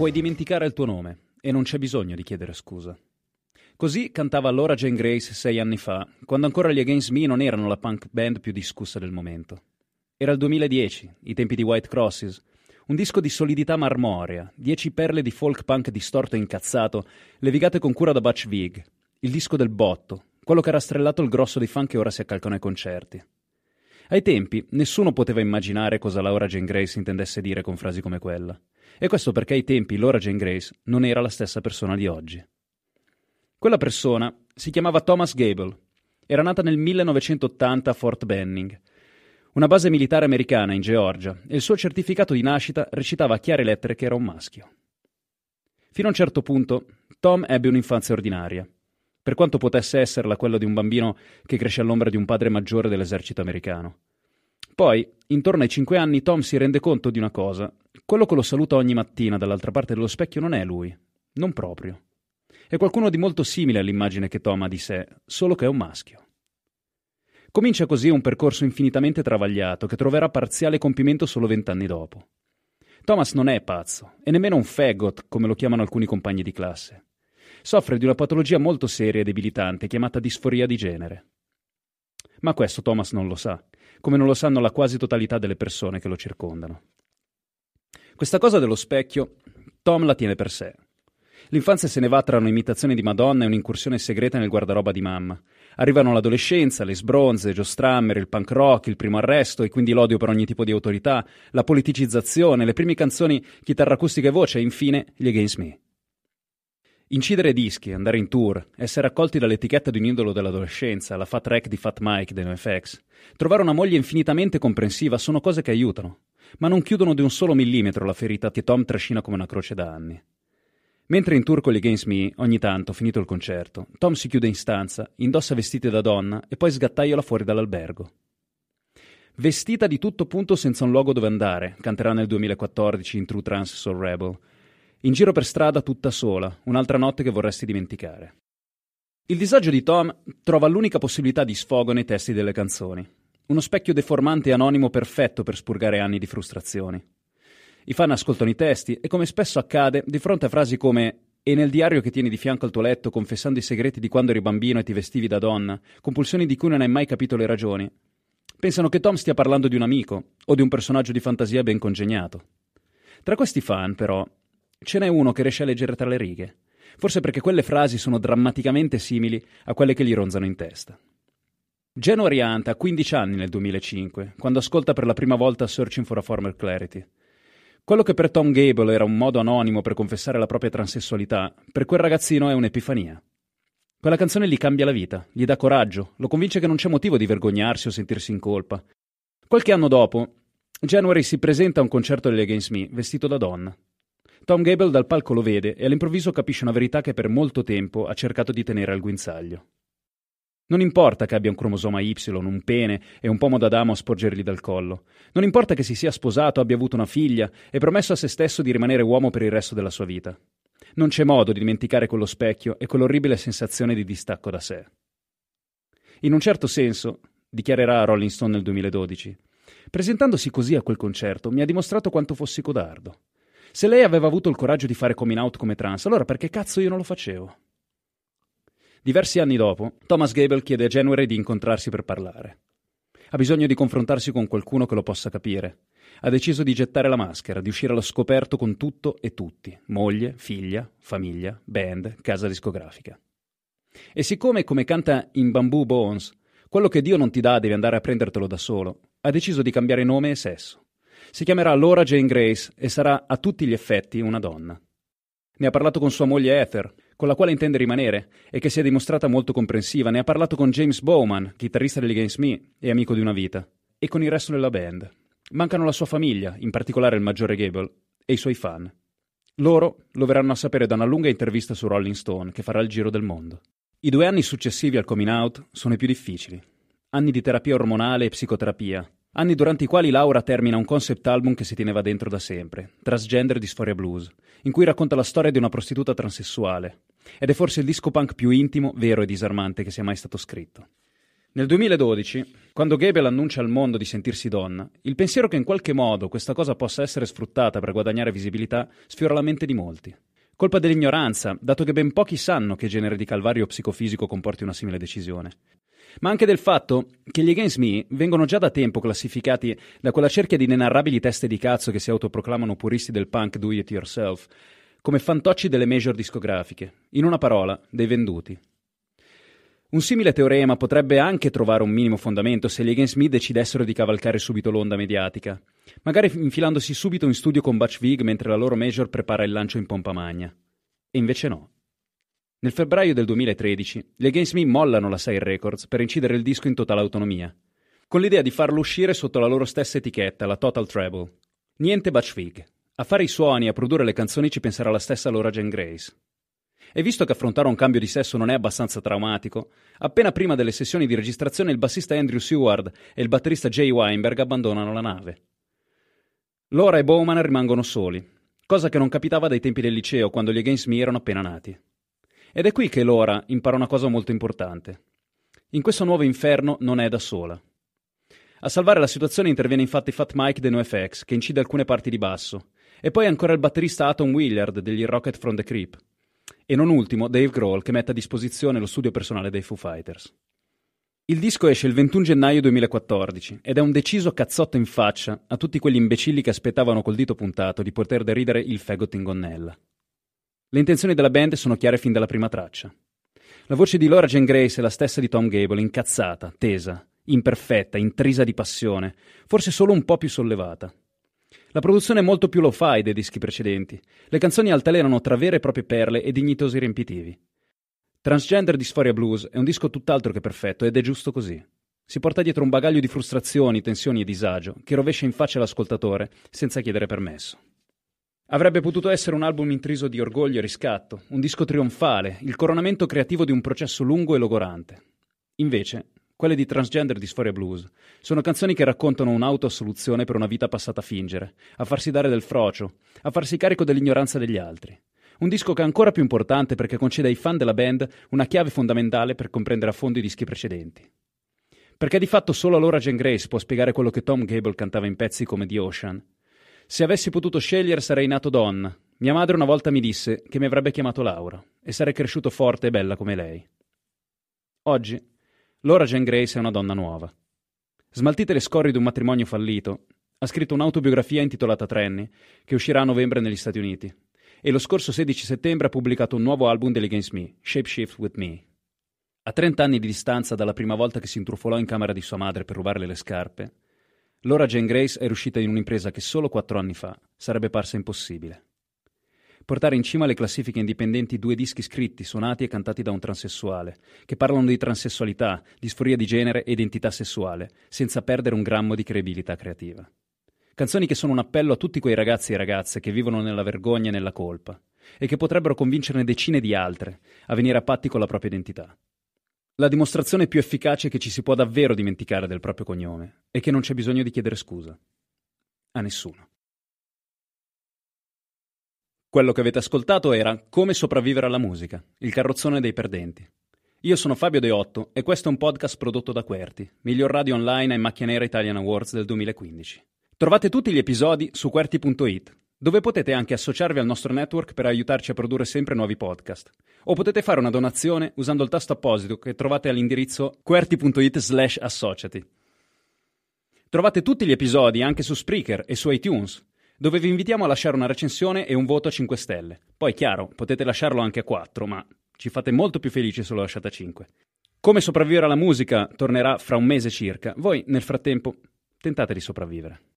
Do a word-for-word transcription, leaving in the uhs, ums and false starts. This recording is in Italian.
puoi dimenticare il tuo nome e non c'è bisogno di chiedere scusa. Così cantava Laura Jane Grace sei anni fa, quando ancora gli Against Me non erano la punk band più discussa del momento. Era il duemiladieci, i tempi di White Crosses, un disco di solidità marmorea, dieci perle di folk punk distorto e incazzato, levigate con cura da Butch Vig, il disco del botto, quello che ha rastrellato il grosso dei fan che ora si accalcano ai concerti. Ai tempi nessuno poteva immaginare cosa Laura Jane Grace intendesse dire con frasi come quella. E questo perché ai tempi Laura Jane Grace non era la stessa persona di oggi. Quella persona si chiamava Thomas Gable. Era nata nel millenovecentottanta a Fort Benning, una base militare americana in Georgia, e il suo certificato di nascita recitava a chiare lettere che era un maschio. Fino a un certo punto Tom ebbe un'infanzia ordinaria, per quanto potesse esserla quella di un bambino che cresce all'ombra di un padre maggiore dell'esercito americano. Poi, intorno ai cinque anni, Tom si rende conto di una cosa: quello che lo saluta ogni mattina dall'altra parte dello specchio non è lui, non proprio. È qualcuno di molto simile all'immagine che Tom ha di sé, solo che è un maschio. Comincia così un percorso infinitamente travagliato che troverà parziale compimento solo vent'anni dopo. Thomas non è pazzo, e nemmeno un faggot, come lo chiamano alcuni compagni di classe. Soffre di una patologia molto seria e debilitante chiamata disforia di genere. Ma questo Thomas non lo sa, come non lo sanno la quasi totalità delle persone che lo circondano. Questa cosa dello specchio Tom la tiene per sé. L'infanzia se ne va tra un'imitazione di Madonna e un'incursione segreta nel guardaroba di mamma. Arrivano l'adolescenza, le sbronze, Joe Strummer, il punk rock, il primo arresto e quindi l'odio per ogni tipo di autorità, la politicizzazione, le prime canzoni, chitarra acustica e voce e infine gli Against Me. Incidere dischi, andare in tour, essere accolti dall'etichetta di un idolo dell'adolescenza, la Fat Wreck di Fat Mike dei NoFX, trovare una moglie infinitamente comprensiva sono cose che aiutano, ma non chiudono di un solo millimetro la ferita che Tom trascina come una croce da anni. Mentre in tour con gli Against Me, ogni tanto, finito il concerto, Tom si chiude in stanza, indossa vestiti da donna e poi sgattaiola fuori dall'albergo. Vestita di tutto punto senza un luogo dove andare, canterà nel duemilaquattordici in True Trance Soul Rebel. In giro per strada tutta sola, un'altra notte che vorresti dimenticare. Il disagio di Tom trova l'unica possibilità di sfogo nei testi delle canzoni. Uno specchio deformante e anonimo perfetto per spurgare anni di frustrazioni. I fan ascoltano i testi e, come spesso accade, di fronte a frasi come «E nel diario che tieni di fianco al tuo letto, confessando i segreti di quando eri bambino e ti vestivi da donna, compulsioni di cui non hai mai capito le ragioni», pensano che Tom stia parlando di un amico o di un personaggio di fantasia ben congegnato. Tra questi fan, però, ce n'è uno che riesce a leggere tra le righe, forse perché quelle frasi sono drammaticamente simili a quelle che gli ronzano in testa. January Hunt ha quindici anni nel duemilacinque, quando ascolta per la prima volta Searching for a Former Clarity. Quello che per Tom Gable era un modo anonimo per confessare la propria transessualità, per quel ragazzino è un'epifania. Quella canzone gli cambia la vita, gli dà coraggio, lo convince che non c'è motivo di vergognarsi o sentirsi in colpa. Qualche anno dopo, January si presenta a un concerto degli Against Me, vestito da donna. Tom Gable dal palco lo vede e all'improvviso capisce una verità che per molto tempo ha cercato di tenere al guinzaglio. Non importa che abbia un cromosoma Y, un pene e un pomo d'Adamo a sporgergli dal collo. Non importa che si sia sposato, abbia avuto una figlia e promesso a se stesso di rimanere uomo per il resto della sua vita. Non c'è modo di dimenticare quello specchio e quell'orribile sensazione di distacco da sé. In un certo senso, dichiarerà a Rolling Stone nel duemiladodici, presentandosi così a quel concerto mi ha dimostrato quanto fossi codardo. Se lei aveva avuto il coraggio di fare coming out come trans, allora perché cazzo io non lo facevo? Diversi anni dopo, Thomas Gable chiede a January di incontrarsi per parlare. Ha bisogno di confrontarsi con qualcuno che lo possa capire. Ha deciso di gettare la maschera, di uscire allo scoperto con tutto e tutti. Moglie, figlia, famiglia, band, casa discografica. E siccome, come canta in Bamboo Bones, quello che Dio non ti dà devi andare a prendertelo da solo, ha deciso di cambiare nome e sesso. Si chiamerà Laura Jane Grace e sarà a tutti gli effetti una donna. Ne ha parlato con sua moglie Ether, con la quale intende rimanere e che si è dimostrata molto comprensiva. Ne ha parlato con James Bowman, chitarrista degli Against Me e amico di una vita, e con il resto della band. Mancano la sua famiglia, in particolare il maggiore Gable, e i suoi fan. Loro lo verranno a sapere da una lunga intervista su Rolling Stone che farà il giro del mondo. I due anni successivi al coming out sono i più difficili. Anni di terapia ormonale e psicoterapia. Anni durante i quali Laura termina un concept album che si teneva dentro da sempre, Transgender Dysphoria Blues, in cui racconta la storia di una prostituta transessuale. Ed è forse il disco punk più intimo, vero e disarmante che sia mai stato scritto. Nel duemiladodici, quando Gable annuncia al mondo di sentirsi donna, il pensiero che in qualche modo questa cosa possa essere sfruttata per guadagnare visibilità sfiora la mente di molti. Colpa dell'ignoranza, dato che ben pochi sanno che genere di calvario psicofisico comporti una simile decisione. Ma anche del fatto che gli Against Me vengono già da tempo classificati da quella cerchia di inenarrabili teste di cazzo che si autoproclamano puristi del punk do it yourself come fantocci delle major discografiche, in una parola, dei venduti. Un simile teorema potrebbe anche trovare un minimo fondamento se gli Against Me decidessero di cavalcare subito l'onda mediatica, magari infilandosi subito in studio con Butch Vig mentre la loro major prepara il lancio in pompa magna. E invece no. Nel febbraio del duemilatredici, gli Against Me mollano la Sire Records per incidere il disco in totale autonomia, con l'idea di farlo uscire sotto la loro stessa etichetta, la Total Treble. Niente Butch Vig. A fare i suoni e a produrre le canzoni ci penserà la stessa Laura Jane Grace. E visto che affrontare un cambio di sesso non è abbastanza traumatico, appena prima delle sessioni di registrazione il bassista Andrew Seward e il batterista Jay Weinberg abbandonano la nave. Laura e Bowman rimangono soli, cosa che non capitava dai tempi del liceo quando gli Against Me erano appena nati. Ed è qui che Laura impara una cosa molto importante. In questo nuovo inferno non è da sola. A salvare la situazione interviene infatti Fat Mike dei NoFX, che incide alcune parti di basso, e poi ancora il batterista Atom Willard degli Rocket from the Crypt. E non ultimo Dave Grohl, che mette a disposizione lo studio personale dei Foo Fighters. Il disco esce il ventuno gennaio duemilaquattordici ed è un deciso cazzotto in faccia a tutti quegli imbecilli che aspettavano col dito puntato di poter deridere il fagot in gonnella. Le intenzioni della band sono chiare fin dalla prima traccia. La voce di Laura Jane Grace è la stessa di Tom Gable, incazzata, tesa, imperfetta, intrisa di passione, forse solo un po' più sollevata. La produzione è molto più lo-fi dei dischi precedenti. Le canzoni altalenano tra vere e proprie perle e dignitosi riempitivi. Transgender Dysphoria Blues è un disco tutt'altro che perfetto ed è giusto così. Si porta dietro un bagaglio di frustrazioni, tensioni e disagio che rovescia in faccia l'ascoltatore senza chiedere permesso. Avrebbe potuto essere un album intriso di orgoglio e riscatto, un disco trionfale, il coronamento creativo di un processo lungo e logorante. Invece, quelle di Transgender Dysphoria Blues sono canzoni che raccontano un'autoassoluzione per una vita passata a fingere, a farsi dare del frocio, a farsi carico dell'ignoranza degli altri. Un disco che è ancora più importante perché concede ai fan della band una chiave fondamentale per comprendere a fondo i dischi precedenti. Perché di fatto solo Laura Jane Grace può spiegare quello che Tom Gable cantava in pezzi come The Ocean. Se avessi potuto scegliere sarei nato donna. Mia madre una volta mi disse che mi avrebbe chiamato Laura e sarei cresciuto forte e bella come lei. Oggi Laura Jane Grace è una donna nuova. Smaltite le scorie di un matrimonio fallito, ha scritto un'autobiografia intitolata Tranny, che uscirà a novembre negli Stati Uniti, e lo scorso sedici settembre ha pubblicato un nuovo album degli Against Me, Shapeshift With Me. A trenta anni di distanza dalla prima volta che si intrufolò in camera di sua madre per rubarle le scarpe, Laura Jane Grace è riuscita in un'impresa che solo quattro anni fa sarebbe parsa impossibile. Portare in cima alle classifiche indipendenti due dischi scritti, suonati e cantati da un transessuale, che parlano di transessualità, disforia di genere e identità sessuale, senza perdere un grammo di credibilità creativa. Canzoni che sono un appello a tutti quei ragazzi e ragazze che vivono nella vergogna e nella colpa, e che potrebbero convincerne decine di altre a venire a patti con la propria identità. La dimostrazione più efficace che ci si può davvero dimenticare del proprio cognome è che non c'è bisogno di chiedere scusa. A nessuno. Quello che avete ascoltato era Come sopravvivere alla musica, il carrozzone dei perdenti. Io sono Fabio Deotto e questo è un podcast prodotto da Querti, miglior radio online ai Macchia Nera Italian Awards del duemilaquindici. Trovate tutti gli episodi su Querti punto it, dove potete anche associarvi al nostro network per aiutarci a produrre sempre nuovi podcast. O potete fare una donazione usando il tasto apposito che trovate all'indirizzo querti punto it slash associati. Trovate tutti gli episodi anche su Spreaker e su iTunes, dove vi invitiamo a lasciare una recensione e un voto a cinque stelle. Poi, chiaro, potete lasciarlo anche a quattro, ma ci fate molto più felici se lo lasciate a cinque. Come sopravvivere alla musica tornerà fra un mese circa. Voi, nel frattempo, tentate di sopravvivere.